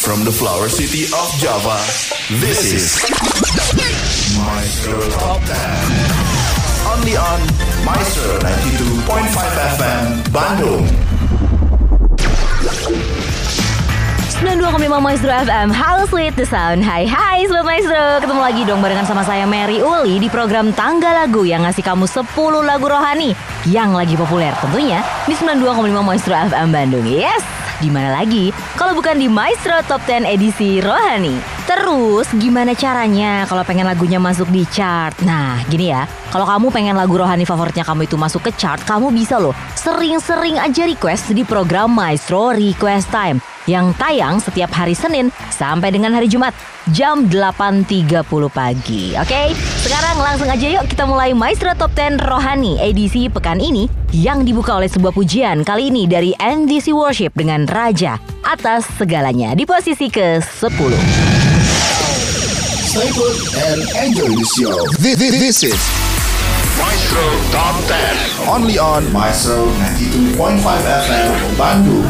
From the flower city of Java, this is Maestro Top 10. Only on Maestro 92.5 FM Bandung. 92,5 Maestro FM. Halo Sweet the Sound. Hai Sobat Maestro. Ketemu lagi dong barengan sama saya Mary Uli di program Tangga Lagu yang ngasih kamu 10 lagu rohani yang lagi populer tentunya di 92,5 Maestro FM Bandung. Yes, di mana lagi kalau bukan di Maestro Top 10 edisi rohani. Terus gimana caranya kalau pengen lagunya masuk di chart? Nah gini ya, kalau kamu pengen lagu rohani favoritnya kamu itu masuk ke chart, kamu bisa loh sering-sering aja request di program Maestro Request Time yang tayang setiap hari Senin sampai dengan hari Jumat jam 8.30 pagi. Oke, sekarang langsung aja yuk kita mulai Maestro Top 10 Rohani edisi pekan ini yang dibuka oleh sebuah pujian kali ini dari NDC Worship dengan Raja Atas Segalanya di posisi ke-10. Stay put and enjoy the show. This is Maestro Top 10. Only on Maestro 92.5 FM Bandung.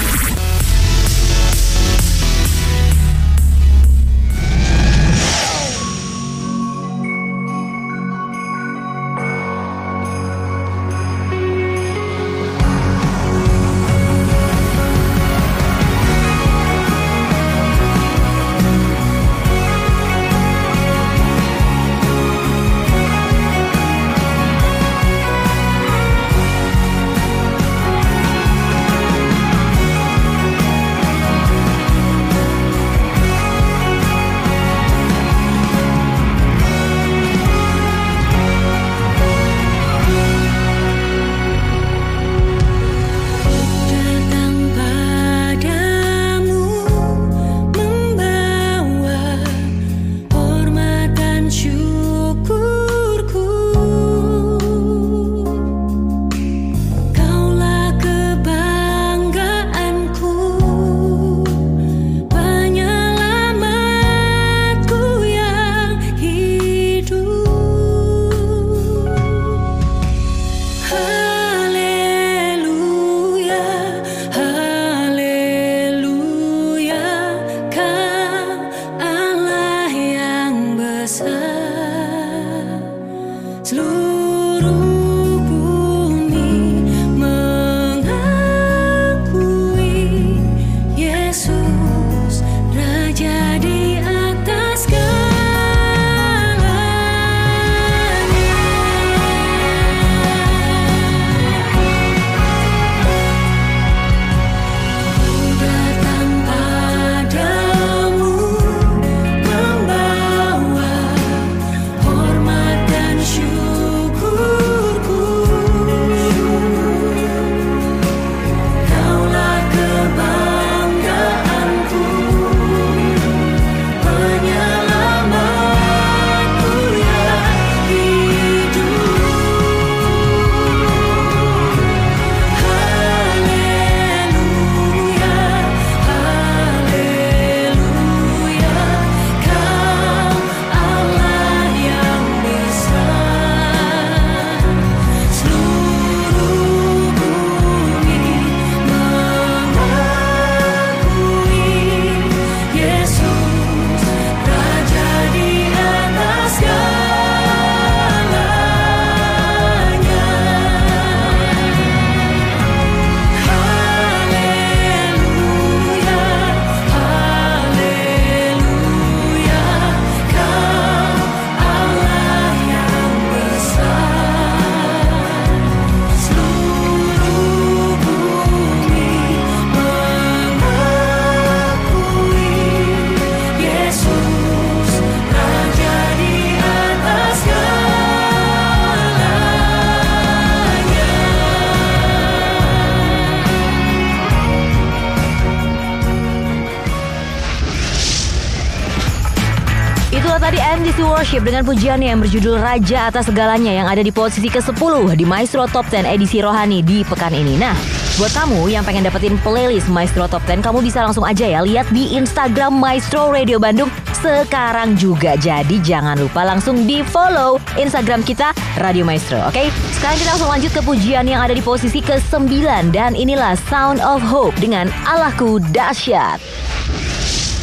Tadi NDC Worship dengan pujiannya yang berjudul Raja Atas Segalanya yang ada di posisi ke-10 di Maestro Top 10 edisi rohani di pekan ini. Nah, buat kamu yang pengen dapetin playlist Maestro Top 10, kamu bisa langsung aja ya lihat di Instagram Maestro Radio Bandung sekarang juga. Jadi jangan lupa langsung di follow Instagram kita Radio Maestro. Oke, sekarang kita langsung lanjut ke pujian yang ada di posisi ke-9 dan inilah Sound of Hope dengan Allahku Dahsyat.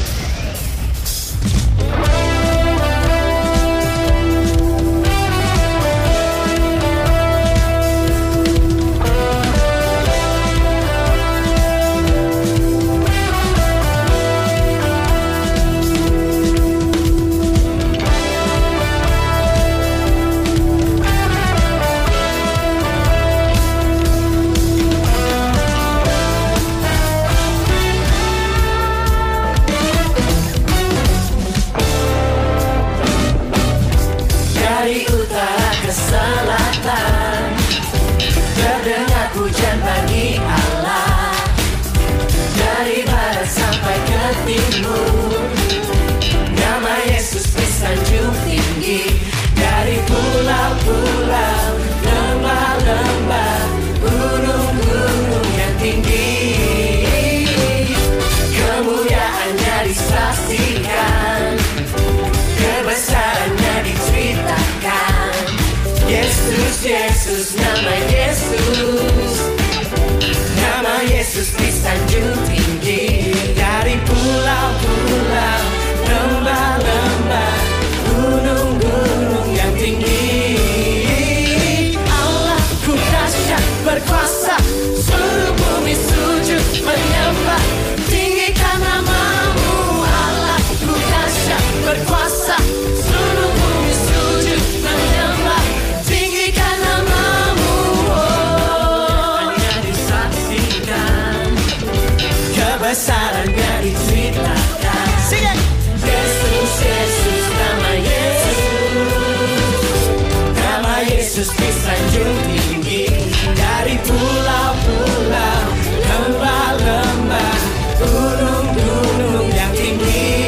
sanjung tinggi. Dari pulau-pulau, lembah-lembah, gunung-gunung yang tinggi. Allahku dahsyat berkuasa, seluruh bumi sujud menyembah. Tinggikan namamu. Allahku dahsyat berkuasa, seluruh bumi sujud menyembah. Tinggikan namamu. Hanya disaksikan, kebesarannya diceritakan. Yesus, Yesus, nama Yesus. Nama Yesus disanjung tinggi. Dari pulau-pulau, lembah-lembah, gunung-gunung yang tinggi.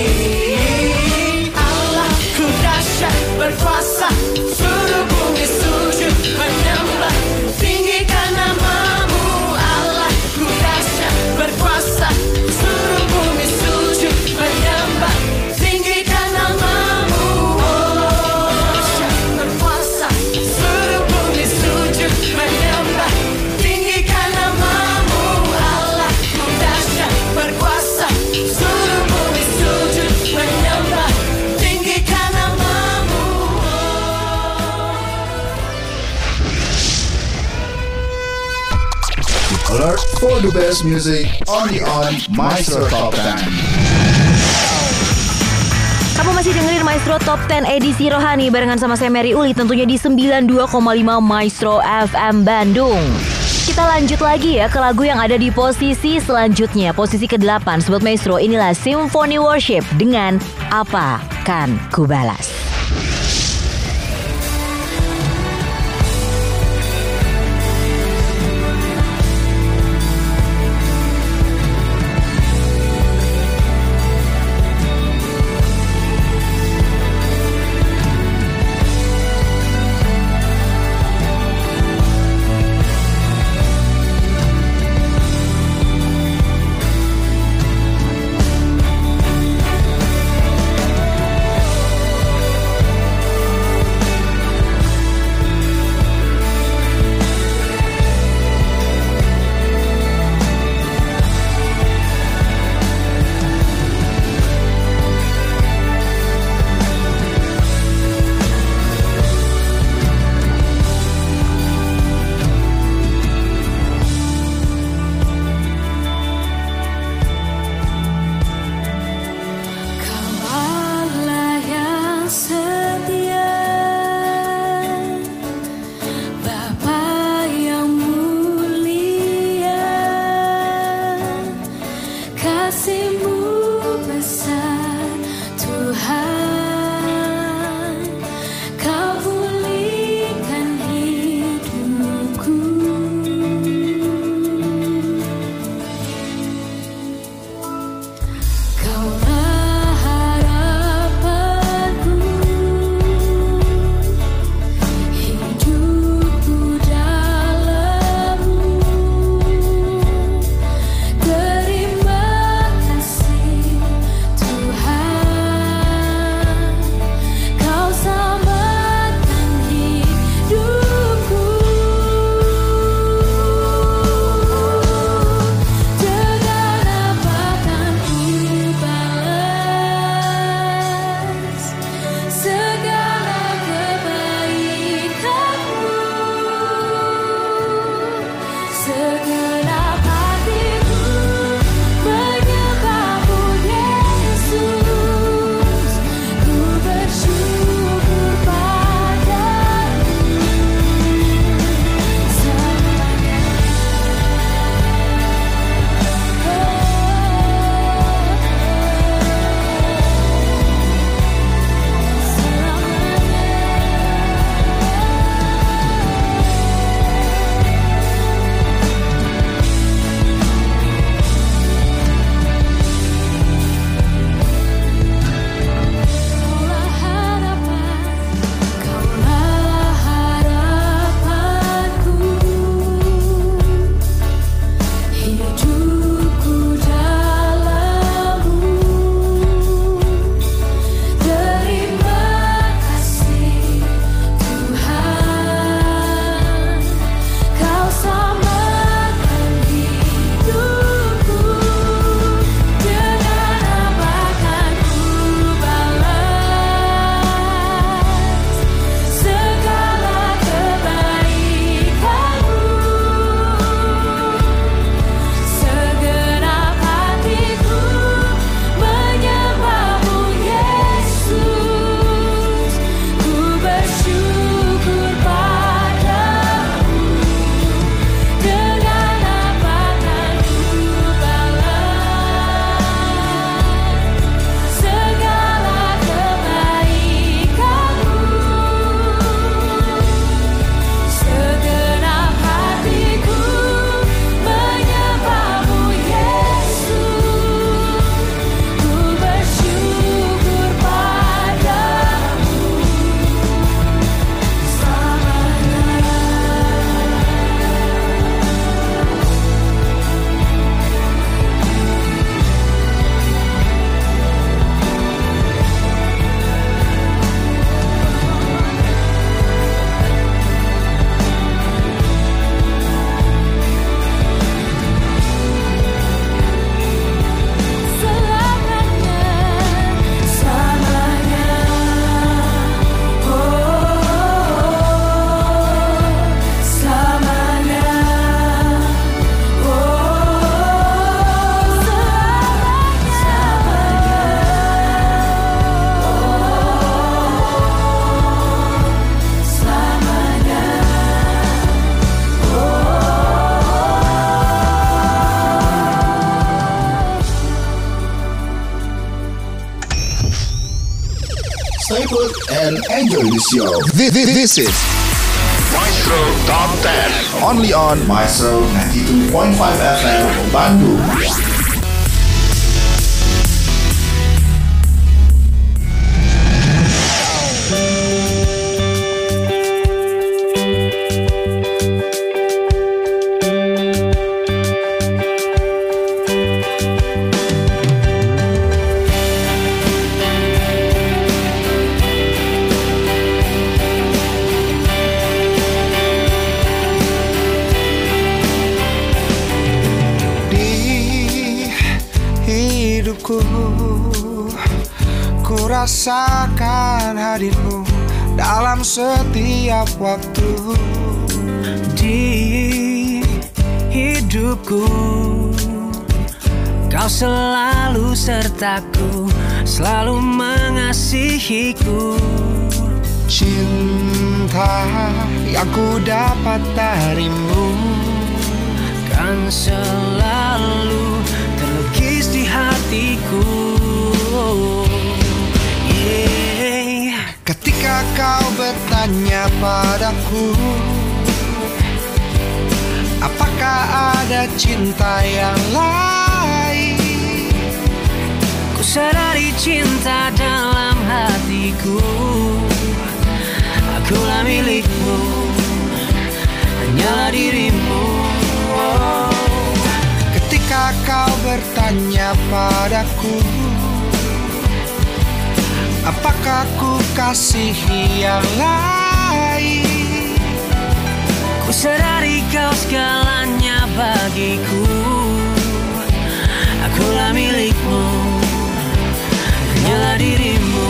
Allahku dahsyat berkuasa, seluruh bumi sujud menyembah. Tinggikan namamu. Allahku dahsyat berkuasa, seluruh bumi sujud menyembah. Tinggikan namamu. Dahsyat berkuasa, seluruh bumi sujud menyembah. Tinggikan namamu. Allahku dahsyat berkuasa, seluruh bumi sujud menyembah. Tinggikan namamu. Alert for the best music only on Maestro Top 10. Kamu masih dengerin Maestro Top 10 edisi Rohani barengan sama saya Mary Uli, tentunya di 92,5 Maestro FM Bandung. Kita lanjut lagi ya ke lagu yang ada di posisi selanjutnya, posisi ke-8 Sobat Maestro. Inilah Symphony Worship dengan Apa Kan Ku Balas. Stay put and enjoy the show. This is Maestro Top 10. Only on Maestro 92.5 FM Bandung. Ku rasakan hadirmu dalam setiap waktu di hidupku. Kau selalu sertaku, selalu mengasihiku. Cinta yang ku dapat darimu kan selalu terlukis di hatiku. Ketika kau bertanya padaku, apakah ada cinta yang lain? Ku sadari cinta dalam hatiku, akulah milikmu, hanyalah dirimu. Ketika kau bertanya padaku, apakah ku kasihi yang lain? Ku sadari kau segalanya bagiku, akulah milikmu, hanyalah dirimu.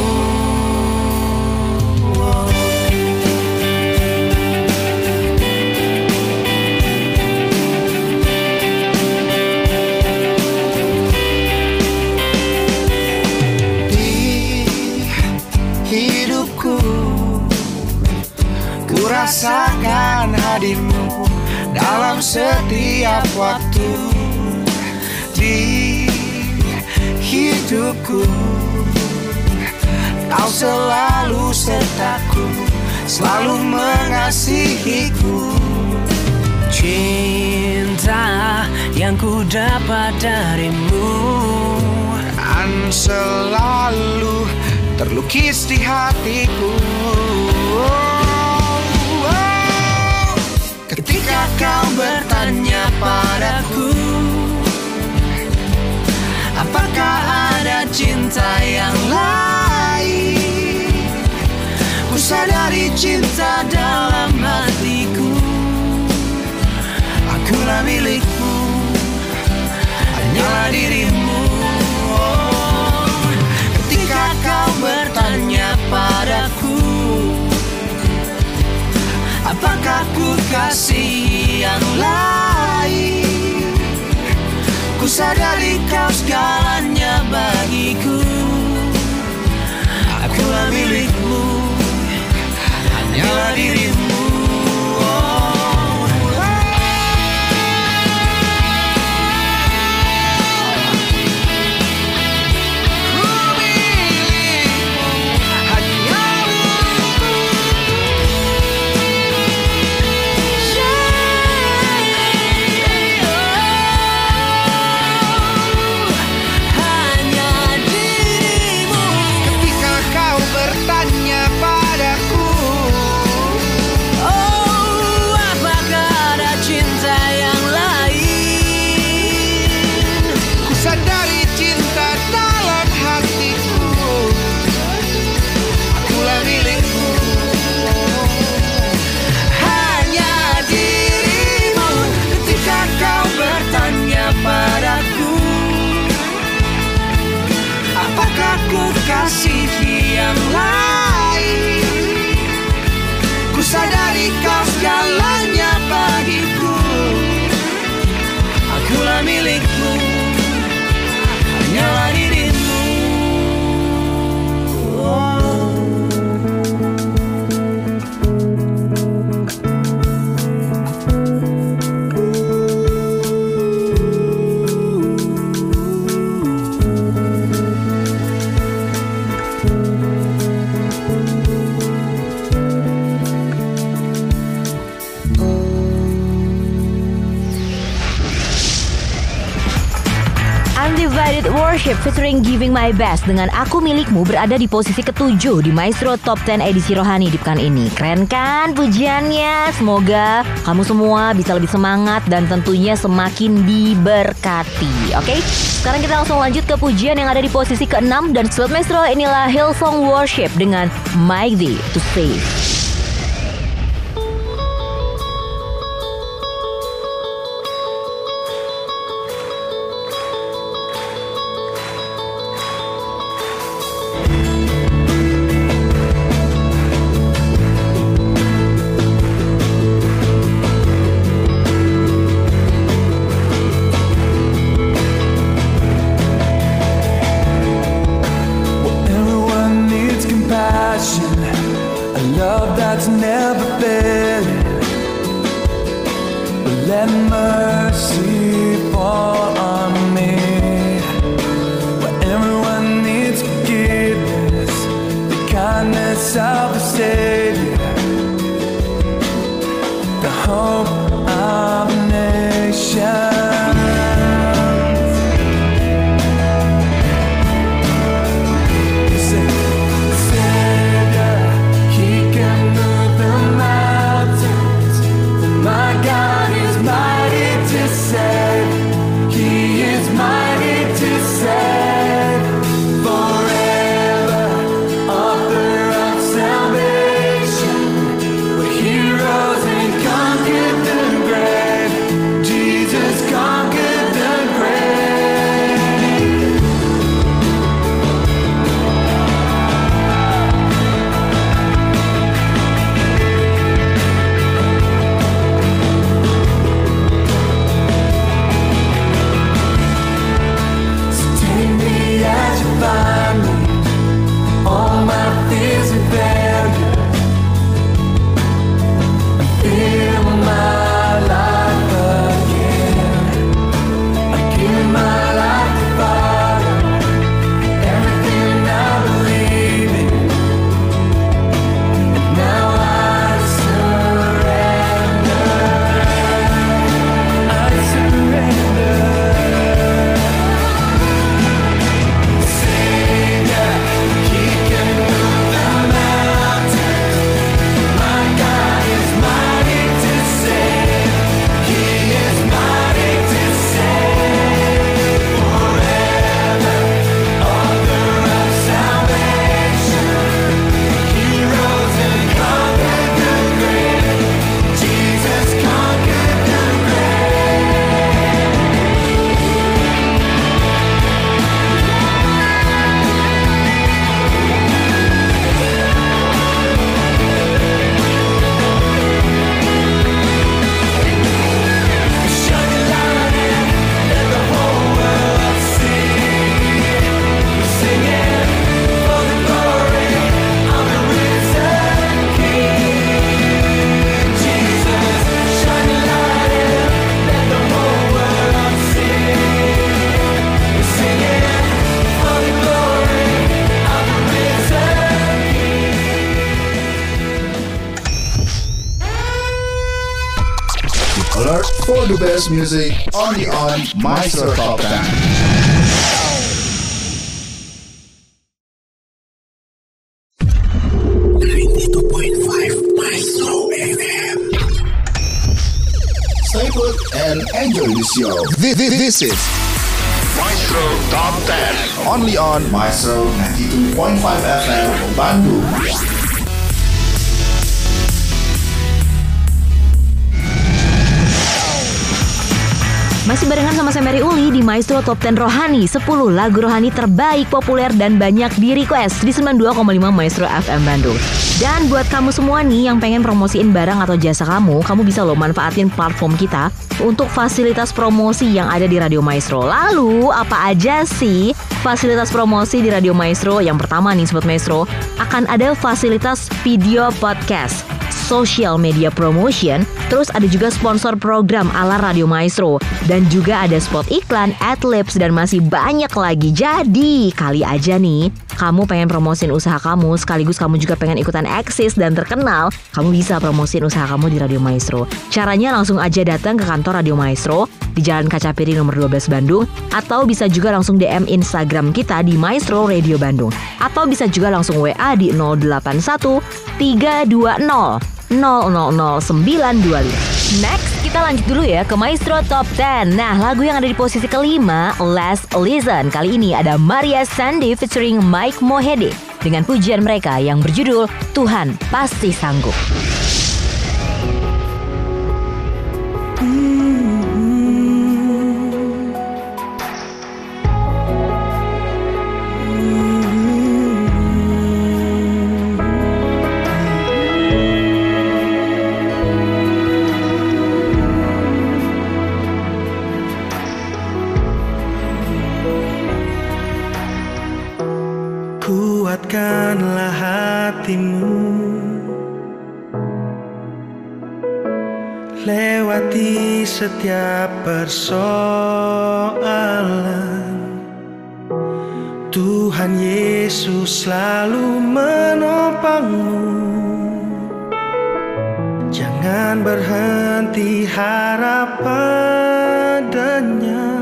Ku rasakan hadirmu dalam setiap waktu di hidupku. Kau selalu sertaku, selalu mengasihiku. Cinta yang ku dapat darimu kan selalu terlukis di hatiku. Ketika kau bertanya padaku, apakah ada cinta yang lain? Ku sadari cinta dalam hatiku, akulah milikmu, hanyalah dirimu. Ketika kau bertanya padaku, apakah ku kasih yang lain? Ku sadari kau segalanya bagiku, akulah milikmu, hanyalah dirimu. Kasihi yang lain, ku sadari kau segalanya bagiku, akulah milikmu, hanyalah dirimu. Undivided Worship featuring Giving My Best dengan Aku Milikmu berada di posisi ke-7 di Maestro Top 10 edisi Rohani di pekan ini. Keren kan pujiannya? Semoga kamu semua bisa lebih semangat dan tentunya semakin diberkati. Oke? Sekarang kita langsung lanjut ke pujian yang ada di posisi ke-6 dan Sobat Maestro, inilah Hillsong Worship dengan Mighty to Save. Let mercy fall on me. Where everyone needs forgiveness, the kindness of the Savior, the hope of nations. Savior, He can move the mountains. My God is mighty to save. He is mighty to save. Forever, author of salvation. Where He rose and conquered the grave. Jesus conquered the grave. So take me as you find me. All my fears and failure, and fill my life again. I give my life to Father, everything I believe in, and now I surrender. I surrender. Savior, He can move the mountains. My God is mighty to save. He is mighty to save. Forever, author of salvation. He rose and conquered the grave. Jesus conquered the shine your light in, let the whole world see. We're singing for the glory of the risen King. Jesus, shine your light in, let the whole world see. We're singing for the glory of the risen Alert for the best music only on Maestro Top 10. Stay put and enjoy the show. This is Maestro Top 10. Only on Maestro 92.5 FM Bandung. Masih barengan sama saya Mary Uli di Maestro Top 10 Rohani, 10 lagu rohani terbaik, populer, dan banyak di request di 92,5 Maestro FM Bandung. Dan buat kamu semua nih yang pengen promosiin barang atau jasa kamu bisa loh manfaatin platform kita untuk fasilitas promosi yang ada di Radio Maestro. Lalu apa aja sih fasilitas promosi di Radio Maestro? Yang pertama nih Sobat Maestro, akan ada fasilitas video podcast. social media promotion, terus ada juga sponsor program ala Radio Maestro, dan juga ada spot iklan, adlibs, dan masih banyak lagi. Jadi kali aja nih kamu pengen promosiin usaha kamu, sekaligus kamu juga pengen ikutan eksis dan terkenal, kamu bisa promosiin usaha kamu di Radio Maestro. Caranya langsung aja datang ke kantor Radio Maestro di Jalan Kaca Piring nomor 12 Bandung, atau bisa juga langsung DM Instagram kita di Maestro Radio Bandung, atau bisa juga langsung WA di 081 320 000925. Next, kita lanjut dulu ya ke Maestro Top 10. Nah, lagu yang ada di posisi kelima, Last Listen. Kali ini ada Maria Sandi featuring Mike Mohede dengan pujian mereka yang berjudul Tuhan Pasti Sanggup. Kuatkanlah hatimu, lewati setiap persoalan. Tuhan Yesus selalu menopangmu. Jangan berhenti harap padanya.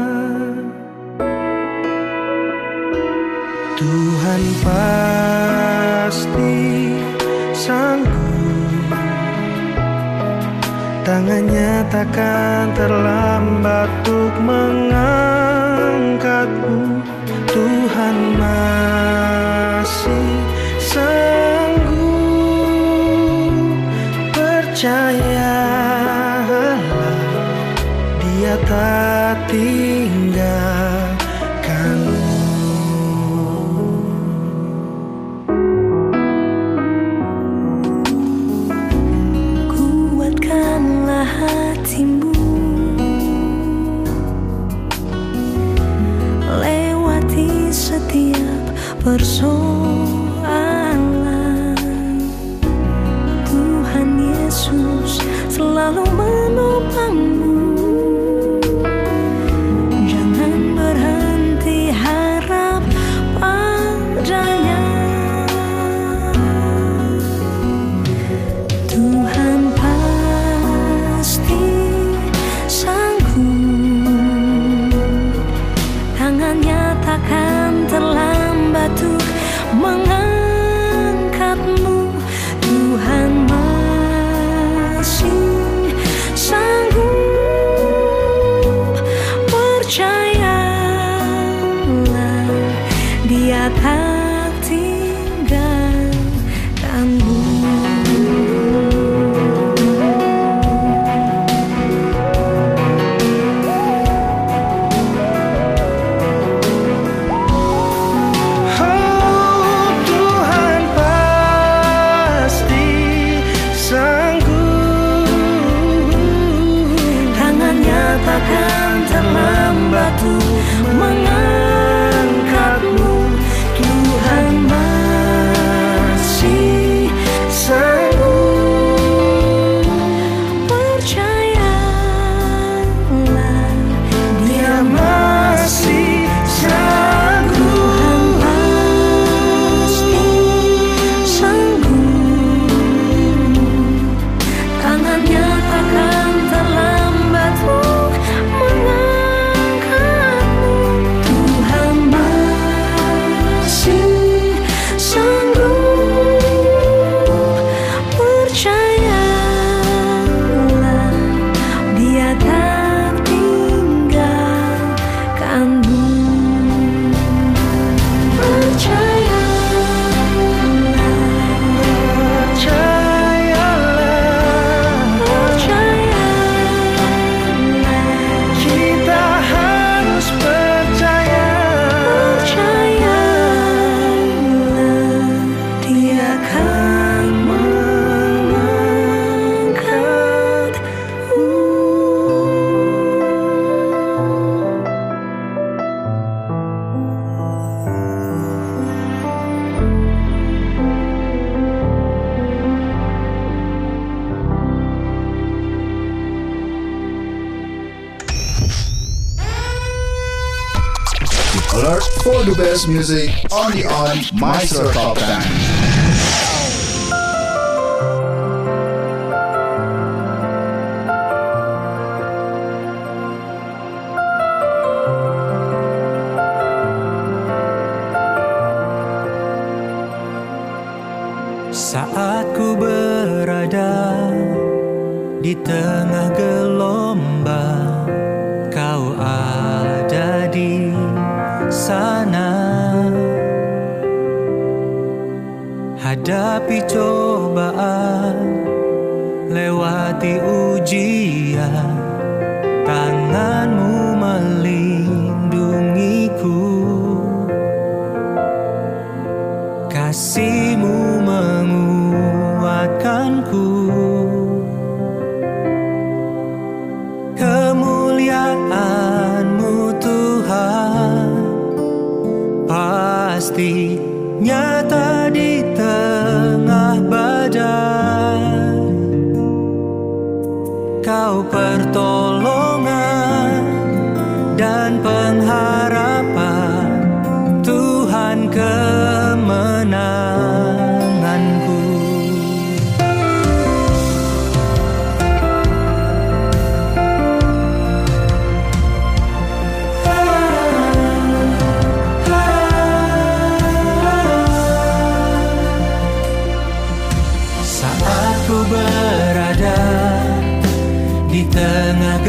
Tuhan pasti sanggup, tangannya takkan terlambat untuk mengangkatmu. Tuhan masih sanggup, percayalah, Dia tak tinggalkanmu. Hatimu, lewati setiap persoalan. Tuhan Yesus selalu menopangmu. Jangan berhenti harap padanya. Tuhan pasti sanggup, tangannya takkan terlambat untuk mengangkatmu. Tuhan masih sanggup, percayalah, Dia tak tinggalkanmu. Mengangkatmu, Tuhan For the best music, only on Maestro Top 10. Saat ku berada di tengah gelombang, kau ada di sana. Hadapi cobaan, lewati ujian, tanganmu melindungiku, kasihmu menguatkanku. Kemuliaan-Mu Tuhan pasti nyata di tengah badai. Kau pertolongan dan pengharapan, Tuhan kemenanganku. Saat ku berada di tengah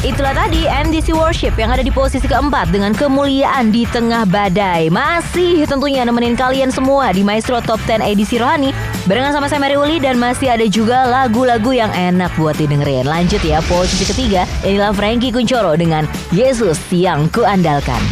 itulah tadi NDC Worship yang ada di posisi keempat dengan Kemuliaan di Tengah Badai. Masih tentunya nemenin kalian semua di Maestro Top 10 edisi Rohani barengan sama saya Mary Uli, dan masih ada juga lagu-lagu yang enak buat didengerin. Lanjut ya, posisi ketiga inilah Frankie Kuncoro dengan Yesus yang Kuandalkan.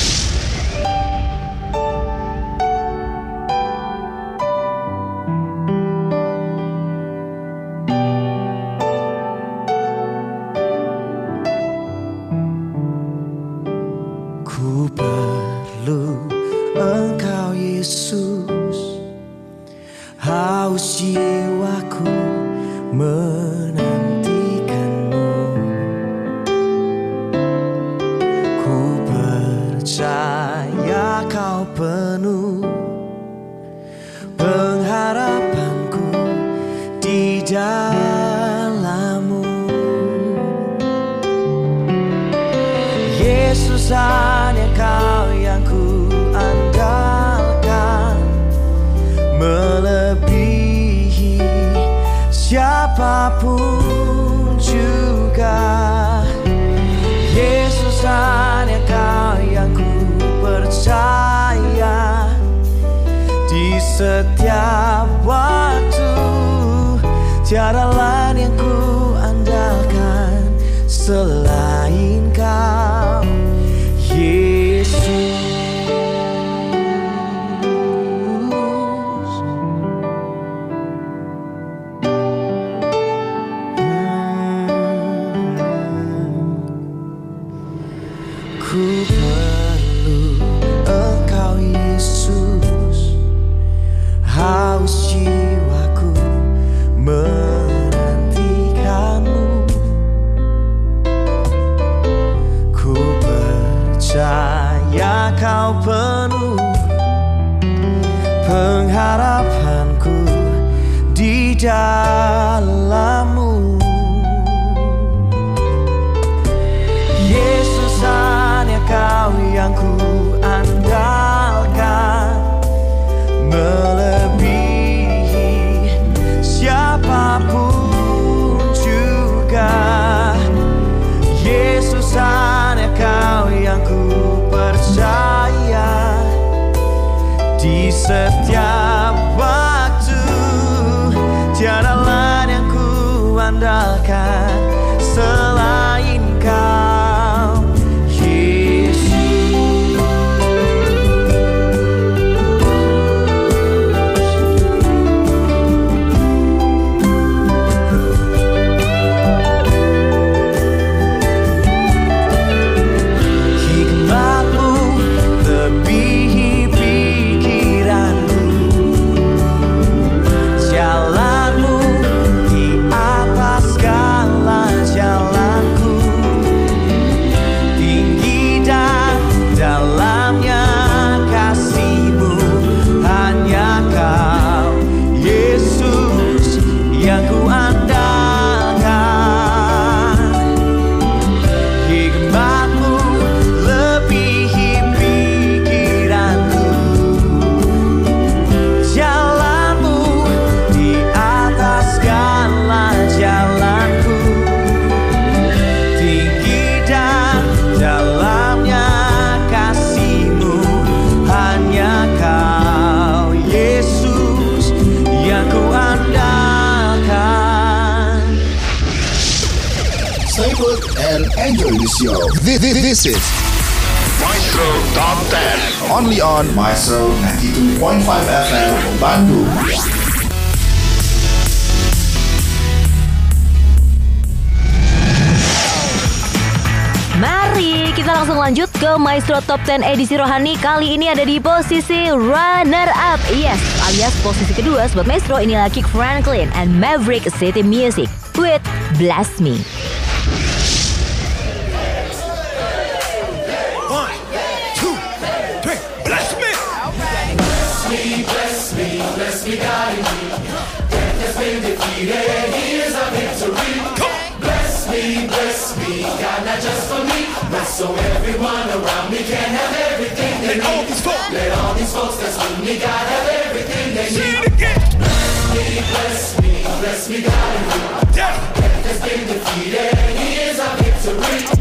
Ku perlu Engkau Yesus, haus jiwaku menantikanmu. Ku percaya Kau penuh pengharapanku di dalam-Mu. Yesus, hanya Kau yang ku andalkan, melebihi siapapun juga. Yesus, hanya Kau yang ku percaya di setiap waktu. Tiada lain yang ku andalkan selain Kau, Yesus. Ku perlu Engkau Yesus, haus jiwaku menantikanmu. Ku percaya Kau penuh pengharapanku di dalam-Mu. Yesus, hanya Kau yang ku andalkan, melebihi siapapun juga. Yesus, hanya Kau yang ku percaya di setiap waktu. Tiada lain yang ku andalkan selain Kau, Yesus. Hikmat-Mu lebihi pikiranku, jalan-Mu di atas segala jalanku. Tinggi dan dalamnya kasih-Mu, hanya Kau, Yesus, yang ku andalkan. Hikmat-Mu lebihi pikiranku, jalan-Mu di atas segala jalanku. Tinggi dan dalamnya kasih-Mu, hanya Kau, Yesus, yang ku andalkan. Stay put and enjoy the show. This is Maestro Top 10. Only on Maestro 92.5 FM Bandung. Mari kita langsung lanjut ke Maestro Top 10 edisi Rohani. Kali ini ada di posisi runner up, yes, alias posisi kedua Sobat Maestro. Inilah Kick Franklin and Maverick City Music with Bless Me. Bless me, God in me. Death has been defeated. Here's our victory. Bless me, God, not just for me, but so everyone around me can have everything they need. Let all these folks that's with me, God, have everything they need. Bless me, God in me. Death has been defeated. Here's our victory.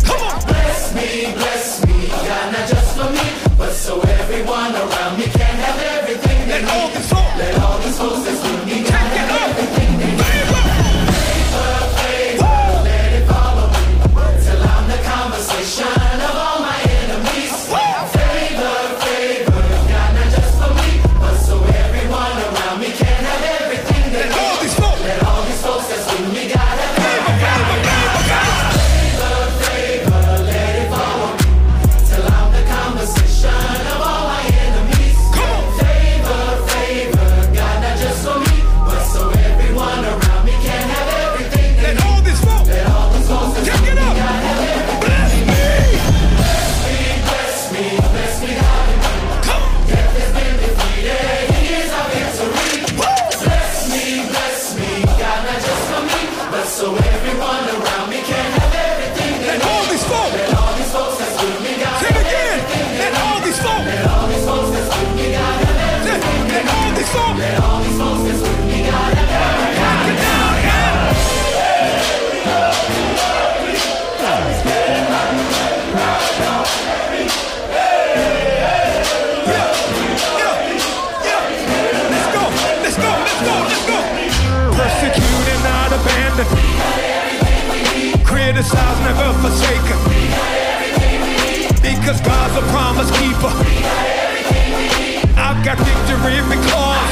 got victory because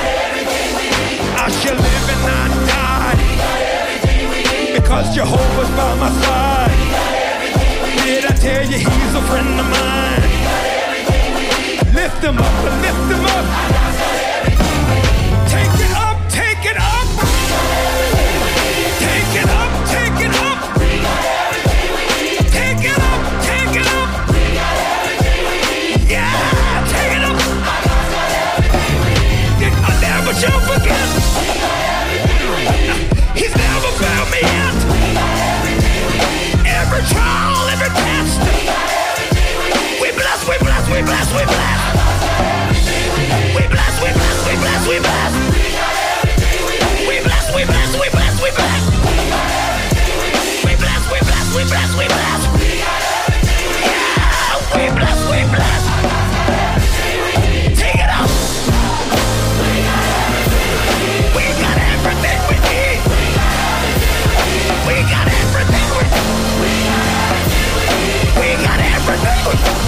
I shall live and not die. Because Jehovah's by my side. Did I tell you he's a friend of mine? Lift him up and lift him up. Take it up, take it up. Take it up, take it up. Take it up, take it up. Yeah, take it up. I never shall forget. He's never found me yet. Every trial, every test. We bless, we bless, we bless, we bless. We bless, we bless, we bless, we bless. We bless, we bless, we bless, we bless. We bless, we bless, we bless, we bless. Yeah, we bless, we bless. Take it up. We got everything we need. We got everything we need. We got everything we need.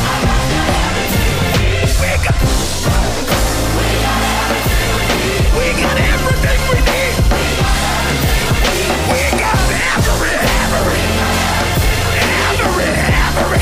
We got everything we need. We got every.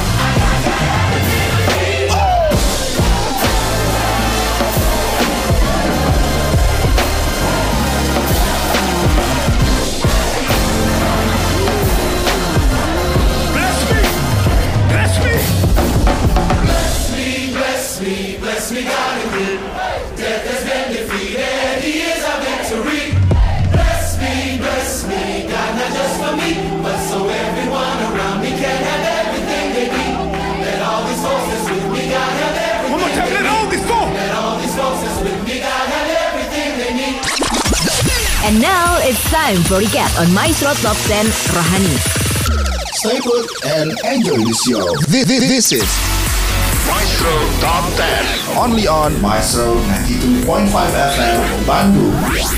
Bless me, God indeed. Death has been defeated. He is our victory. Bless me, God, not just for me, but so everyone around me can have everything they need. Let all these forces with me, God, have everything. One more time, let all these forces. Let all these forces with me, God, have everything they need. And now it's time for recap on Maestro Top 10 Rohani. Stay put and enjoy the show. This is Maestro Top 10. Only on Maestro 92.5 FM Bandung.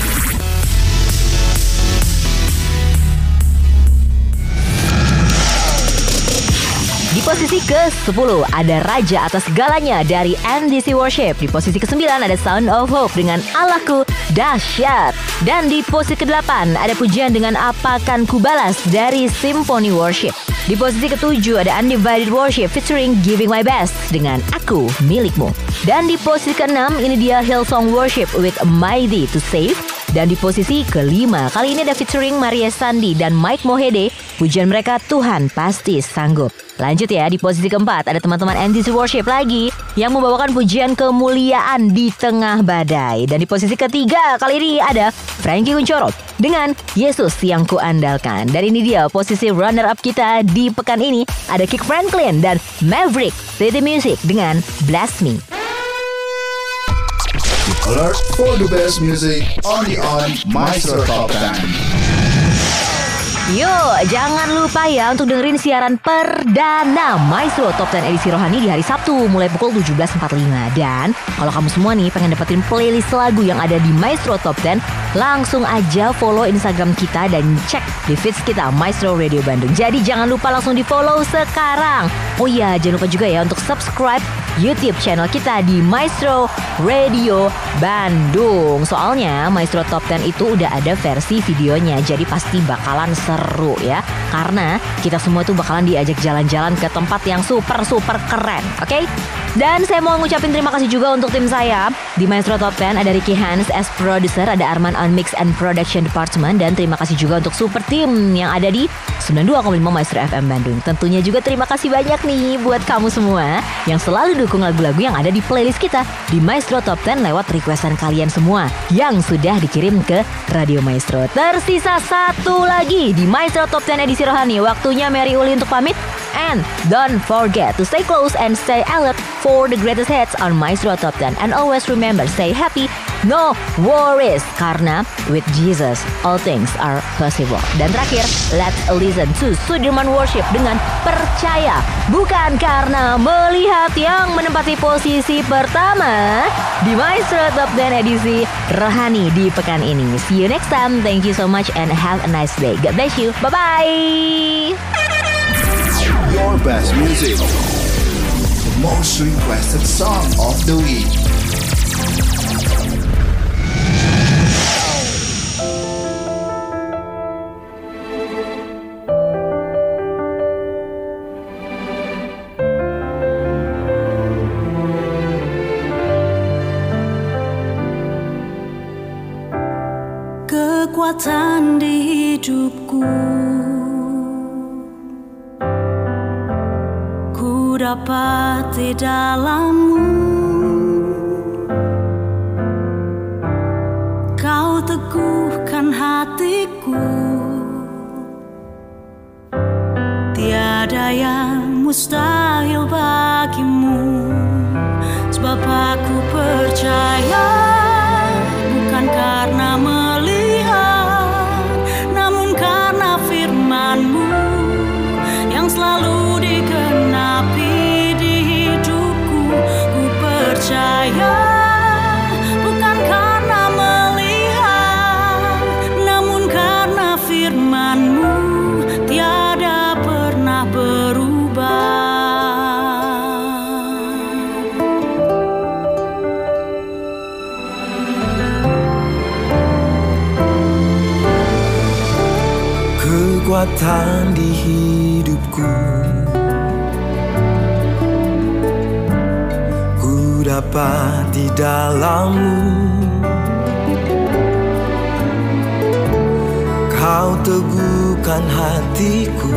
Di posisi ke-10 ada Raja Atas Segalanya dari NDC Worship. Di posisi ke-9 ada Sound of Hope dengan Allahku Dahsyat. Dan di posisi ke-8 ada pujian dengan Apakan Kubalas dari Symphony Worship. Di posisi ke-7 ada Undivided Worship featuring Giving My Best dengan Aku Milikmu. Dan di posisi ke-6 ini dia Hillsong Worship with Mighty to Save. Dan di posisi ke-5 kali ini ada featuring Maria Sandi dan Mike Mohede. Pujian mereka Tuhan Pasti Sanggup. Lanjut ya, di posisi keempat ada teman-teman NDC Worship lagi yang membawakan pujian kemuliaan di tengah badai. Dan di posisi ketiga kali ini ada Frankie Kuncoro dengan Yesus yang kuandalkan. Dan ini dia posisi runner up kita di pekan ini, ada Kick Franklin dan Maverick City Music dengan Bless Me. Alert for the best music only on Maestro Top 10. Yuk, jangan lupa ya untuk dengerin siaran perdana Maestro Top 10 edisi Rohani di hari Sabtu mulai pukul 17.45. Dan kalau kamu semua nih pengen dapetin playlist lagu yang ada di Maestro Top 10, langsung aja follow Instagram kita dan cek di feeds kita Maestro Radio Bandung. Jadi jangan lupa langsung di follow sekarang. Oh iya, jangan lupa juga ya untuk subscribe YouTube channel kita di Maestro Radio Bandung. Soalnya Maestro Top 10 itu udah ada versi videonya, jadi pasti bakalan seru ya. Karena kita semua tuh bakalan diajak jalan-jalan ke tempat yang super keren, oke? Dan saya mau ngucapin terima kasih juga untuk tim saya. Di Maestro Top 10 ada Ricky Hans as producer, ada Arman on Mix and Production Department. Dan terima kasih juga untuk super tim yang ada di 92,5 Maestro FM Bandung. Tentunya juga terima kasih banyak nih buat kamu semua yang selalu dukung lagu-lagu yang ada di playlist kita di Maestro Top 10 lewat requestan kalian semua yang sudah dikirim ke Radio Maestro. Tersisa satu lagi di Maestro Top 10 edisi Rohani. Waktunya Mary Uli untuk pamit. And don't forget to stay close and stay alert for the greatest hits on Maestro Top 10. And always remember, stay happy, no worries. Karena with Jesus, all things are possible. Dan terakhir, let's listen to Sudirman Worship dengan Percaya. Bukan karena melihat yang menempati posisi pertama di Maestro Top 10 edisi Rohani di pekan ini. See you next time. Thank you so much and have a nice day. God bless you. Bye-bye. Your best music. The most requested song of the week. Kekuatan di hidupku, ku dapat di dalam-Mu. Kau teguhkan hatiku, tiada yang mustahil bagimu. Sebab aku percaya, bukan karena melihat, namun karena firman-Mu yang selalu digenapi di hidupku. Ku percaya, bukan karena melihat, namun karena firman-Mu tiada pernah berubah. Kekuatan di hidupku, ku dapat di dalam-Mu. Kau teguhkan hatiku,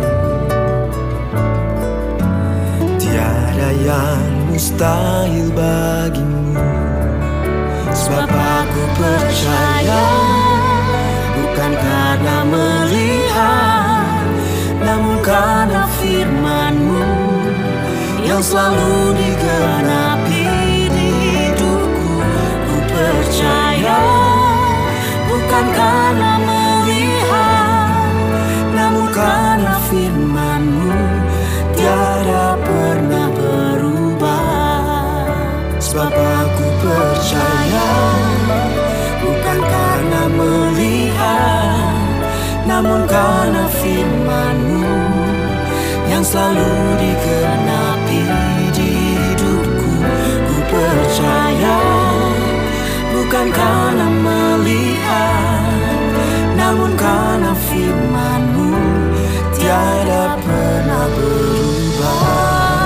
tiada yang mustahil bagimu. Sebab aku percaya, bukan karena melihat, namun karena firman-Mu yang selalu digenapi di hidupku. Ku percaya, bukan karena melihat, namun karena firman-Mu tiada pernah berubah. Sebab aku percaya, bukan karena melihat, namun karena firman-Mu yang selalu digenapi di hidupku. Ku percaya, bukan karena melihat, namun karena firman-Mu tiada pernah berubah.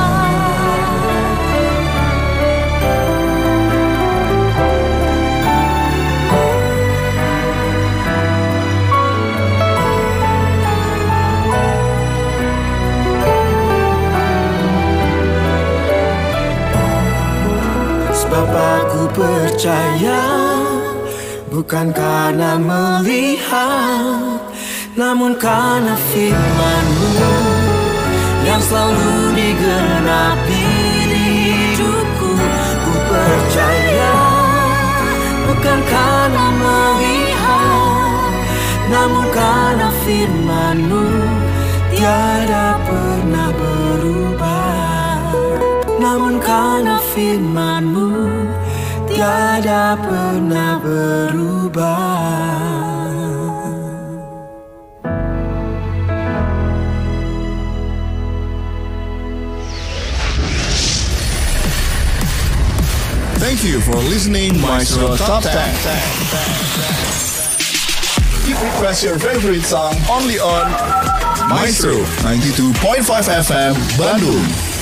Sebab aku percaya, bukan karena melihat, namun karena firman-Mu yang selalu digenapi di hidupku. Ku percaya, bukan karena melihat, namun karena firman-Mu tiada pernah berubah. Namun karena firman-Mu tiada pernah berubah. Thank you for listening Maestro Top 10. Keep request your favorite song only on Maestro 92.5 FM Bandung.